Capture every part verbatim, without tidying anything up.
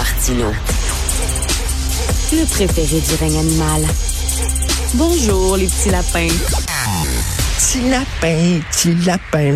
Martineau. Le préféré du règne animal. Bonjour, les petits lapins. Petit lapin, petit lapin.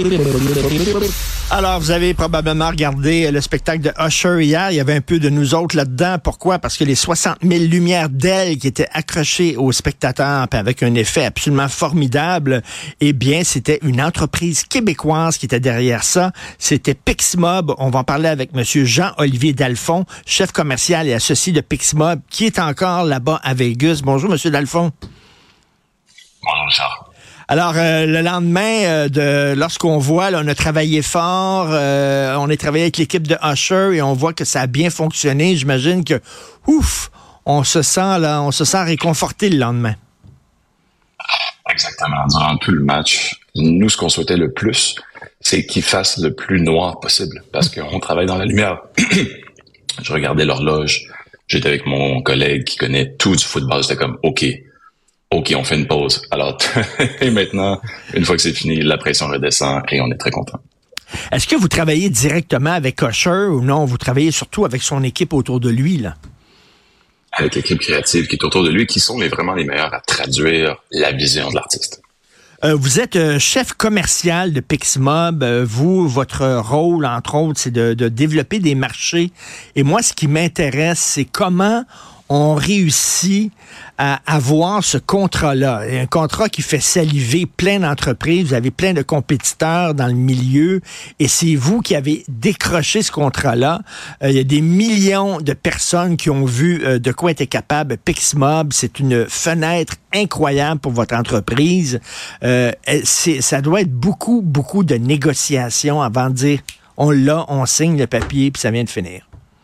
Alors, vous avez probablement regardé le spectacle de Usher hier. Il y avait un peu de nous autres là-dedans. Pourquoi? Parce que les soixante mille lumières d'ailes qui étaient accrochées aux spectateurs avec un effet absolument formidable, eh bien, c'était une entreprise québécoise qui était derrière ça. C'était Pixmob. On va en parler avec Monsieur Jean-Olivier Dalphon, chef commercial et associé de Pixmob, qui est encore là-bas à Vegas. Bonjour, Monsieur Dalphon. Bonjour, Charles. Alors, euh, le lendemain, euh, de lorsqu'on voit, là, on a travaillé fort, euh, on a travaillé avec l'équipe de Usher et on voit que ça a bien fonctionné. J'imagine que, ouf, on se sent là, on se sent réconforté le lendemain. Exactement. Durant tout le match, nous, ce qu'on souhaitait le plus, c'est qu'il fasse le plus noir possible, parce qu'on travaille dans la lumière. Je regardais l'horloge, j'étais avec mon collègue qui connaît tout du football, j'étais comme, OK, OK, on fait une pause. Alors, et maintenant, une fois que c'est fini, la pression redescend et on est très content. Est-ce que vous travaillez directement avec Usher ou non? Vous travaillez surtout avec son équipe autour de lui, là? Avec l'équipe créative qui est autour de lui, qui sont les, vraiment les meilleurs à traduire la vision de l'artiste. Euh, vous êtes euh, chef commercial de Pixmob. Euh, vous, votre rôle, entre autres, c'est de, de développer des marchés. Et moi, ce qui m'intéresse, c'est comment on réussit à avoir ce contrat-là. Un contrat qui fait saliver plein d'entreprises. Vous avez plein de compétiteurs dans le milieu et c'est vous qui avez décroché ce contrat-là. Euh, il y a des millions de personnes qui ont vu euh, de quoi était capable Pixmob. C'est une fenêtre incroyable pour votre entreprise. Euh, c'est, ça doit être beaucoup, beaucoup de négociations avant de dire on l'a, on signe le papier puis ça vient de finir.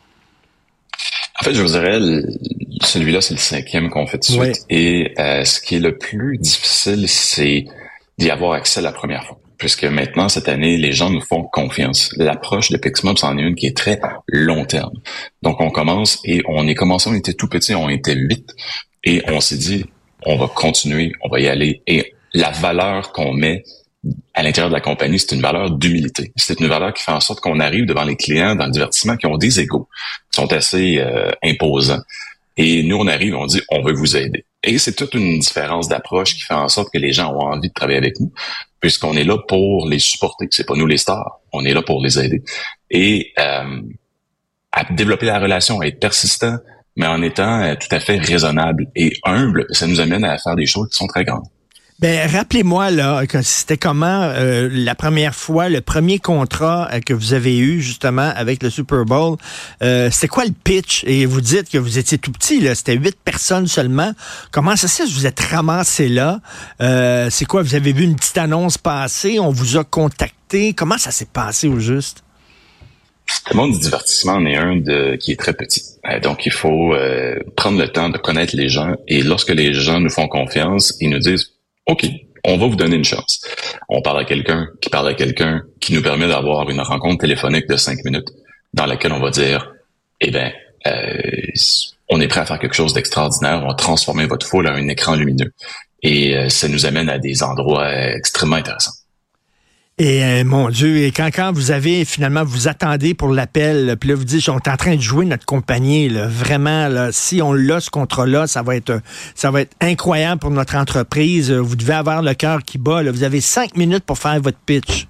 En fait, je vous dirais, celui-là, c'est le cinquième qu'on fait de suite. Oui. Et euh, ce qui est le plus difficile, c'est d'y avoir accès la première fois. Puisque maintenant, cette année, les gens nous font confiance. L'approche de Pixmob, c'en est une qui est très long terme. Donc, on commence et on est commencé, on était tout petit, on était huit. Et on s'est dit, on va continuer, on va y aller. Et la valeur qu'on met à l'intérieur de la compagnie, c'est une valeur d'humilité. C'est une valeur qui fait en sorte qu'on arrive devant les clients dans le divertissement qui ont des égos, qui sont assez euh, imposants. Et nous, on arrive, on dit, on veut vous aider. Et c'est toute une différence d'approche qui fait en sorte que les gens ont envie de travailler avec nous, puisqu'on est là pour les supporter. C'est pas nous les stars, on est là pour les aider. Et euh, à développer la relation, à être persistant, mais en étant euh, tout à fait raisonnable et humble, ça nous amène à faire des choses qui sont très grandes. Ben, rappelez-moi, là, que c'était comment euh, la première fois, le premier contrat euh, que vous avez eu, justement, avec le Super Bowl. Euh, c'était quoi le pitch? Et vous dites que vous étiez tout petit, là. C'était huit personnes seulement. Comment ça se fait que vous êtes ramassé là? Euh, c'est quoi? Vous avez vu une petite annonce passer? On vous a contacté? Comment ça s'est passé au juste? Le monde du divertissement en est un de, qui est très petit. Euh, donc, il faut euh, prendre le temps de connaître les gens. Et lorsque les gens nous font confiance, ils nous disent OK, on va vous donner une chance. On parle à quelqu'un qui parle à quelqu'un qui nous permet d'avoir une rencontre téléphonique de cinq minutes dans laquelle on va dire, eh bien, euh, on est prêt à faire quelque chose d'extraordinaire, on va transformer votre foule en un écran lumineux. Et euh, ça nous amène à des endroits extrêmement intéressants. Et euh, mon Dieu, et quand, quand vous avez finalement, vous attendez pour l'appel, puis là vous dites, on est en train de jouer notre compagnie, là, vraiment, là, si on l'a ce contrat-là, ça va être ça va être incroyable pour notre entreprise. Vous devez avoir le cœur qui bat. Là. Vous avez cinq minutes pour faire votre pitch.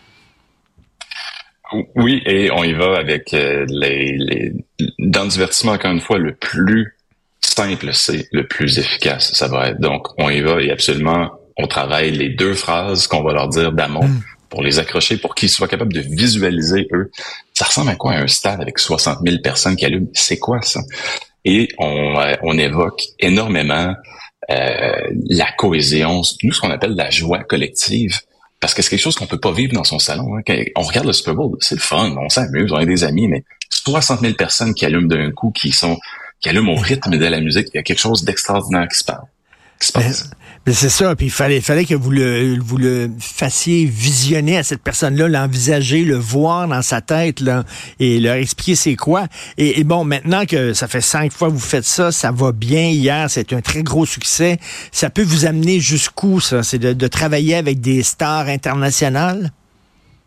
Oui, et on y va avec euh, les, les dans le divertissement, encore une fois, le plus simple, c'est le plus efficace. Ça va être. Donc, on y va et absolument, on travaille les deux phrases qu'on va leur dire d'amont. Mm. Pour les accrocher, pour qu'ils soient capables de visualiser, eux, ça ressemble à quoi un stade avec soixante mille personnes qui allument? C'est quoi ça? Et on, euh, on évoque énormément euh, la cohésion, nous, ce qu'on appelle la joie collective, parce que c'est quelque chose qu'on peut pas vivre dans son salon. Hein. Quand on regarde le Super Bowl, c'est le fun, on s'amuse, on a des amis, mais soixante mille personnes qui allument d'un coup, qui sont qui allument au rythme de la musique, il y a quelque chose d'extraordinaire qui se passe. Qui se passe. Ben, ben c'est ça, puis il fallait, fallait que vous le, vous le fassiez visionner à cette personne-là, l'envisager, le voir dans sa tête, là, et leur expliquer c'est quoi. Et, et bon, maintenant que ça fait cinq fois que vous faites ça, ça va bien. Hier, c'est un très gros succès. Ça peut vous amener jusqu'où, ça? C'est de, de travailler avec des stars internationales?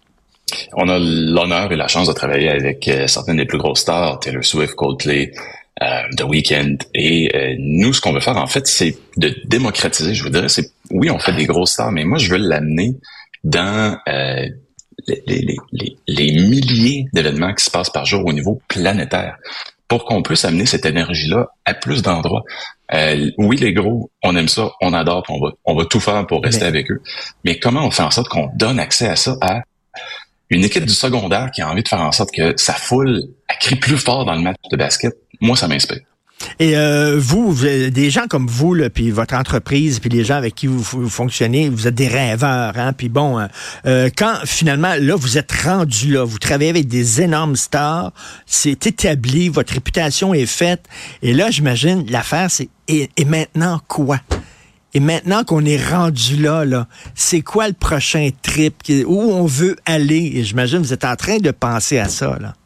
On a l'honneur et la chance de travailler avec euh, certaines des plus grosses stars, Taylor Swift, Coldplay, euh, The Weeknd. Et euh, nous, ce qu'on veut faire, en fait, c'est de démocratiser. Je vous dirais, c'est oui, on fait des grosses stars, mais moi, je veux l'amener dans euh, les, les, les, les milliers d'événements qui se passent par jour au niveau planétaire, pour qu'on puisse amener cette énergie-là à plus d'endroits. Euh, oui, les gros, on aime ça, on adore, on va, on va tout faire pour rester mais... avec eux. Mais comment on fait en sorte qu'on donne accès à ça à une équipe du secondaire qui a envie de faire en sorte que sa foule a crie plus fort dans le match de basket? Moi, ça m'inspire. Et euh, vous, vous, des gens comme vous, là, puis votre entreprise, puis les gens avec qui vous, vous fonctionnez, vous êtes des rêveurs, hein. Puis bon, euh, quand finalement, là, vous êtes rendu là, vous travaillez avec des énormes stars, c'est établi, votre réputation est faite, et là, j'imagine, l'affaire, c'est et, et maintenant quoi? Et maintenant qu'on est rendu là, là, c'est quoi le prochain trip? Où on veut aller? Et j'imagine, vous êtes en train de penser à ça, là.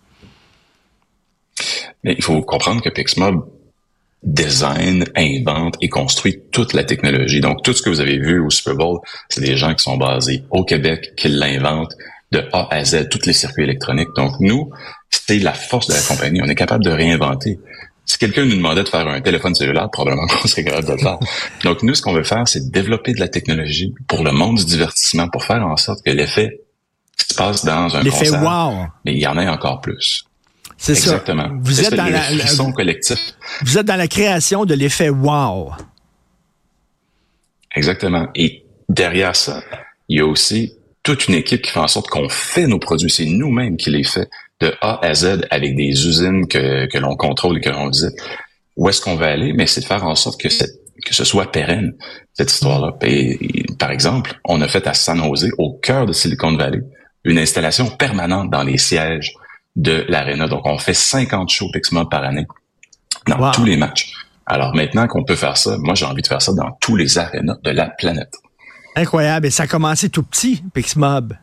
Mais il faut comprendre que Pixmob design, invente et construit toute la technologie. Donc, tout ce que vous avez vu au Super Bowl, c'est des gens qui sont basés au Québec, qui l'inventent de A à Z, tous les circuits électroniques. Donc, nous, c'est la force de la compagnie. On est capable de réinventer. Si quelqu'un nous demandait de faire un téléphone cellulaire, probablement qu'on serait capable de le faire. Donc, nous, ce qu'on veut faire, c'est développer de la technologie pour le monde du divertissement, pour faire en sorte que l'effet qui se passe dans un l'effet concert, wow. mais il y en a encore plus. C'est Exactement. ça. Vous êtes dans la, la collectif. Vous êtes dans la création de l'effet wow. Exactement. Et derrière ça, il y a aussi toute une équipe qui fait en sorte qu'on fait nos produits. C'est nous-mêmes qui les fait de A à Z avec des usines que, que l'on contrôle et que l'on visite. Où est-ce qu'on va aller? Mais c'est de faire en sorte que, cette, que ce soit pérenne, cette histoire-là. Et, et, par exemple, on a fait à San Jose, au cœur de Silicon Valley, une installation permanente dans les sièges de l'aréna. Donc, on fait cinquante shows Pixmob par année dans wow. tous les matchs. Alors maintenant qu'on peut faire ça, moi, j'ai envie de faire ça dans tous les arénas de la planète. Incroyable. Et ça a commencé tout petit, Pixmob.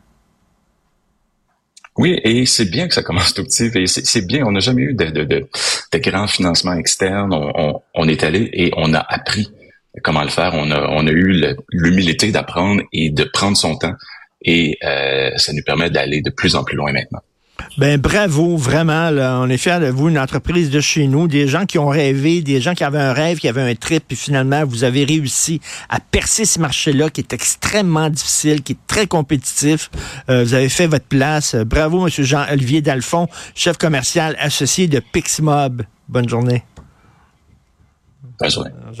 Oui, et c'est bien que ça commence tout petit. Et c'est, c'est bien, on n'a jamais eu de, de, de, de grands financements externes. On, on, on est allé et on a appris comment le faire. On a, on a eu le, l'humilité d'apprendre et de prendre son temps. Et euh, ça nous permet d'aller de plus en plus loin maintenant. Ben bravo, vraiment, là, on est fiers de vous, une entreprise de chez nous, des gens qui ont rêvé, des gens qui avaient un rêve, qui avaient un trip, puis finalement, vous avez réussi à percer ce marché-là qui est extrêmement difficile, qui est très compétitif. Euh, vous avez fait votre place. Bravo, M. Jean-Olivier Dalphond, chef commercial associé de Pixmob. Bonne journée. Bonne journée.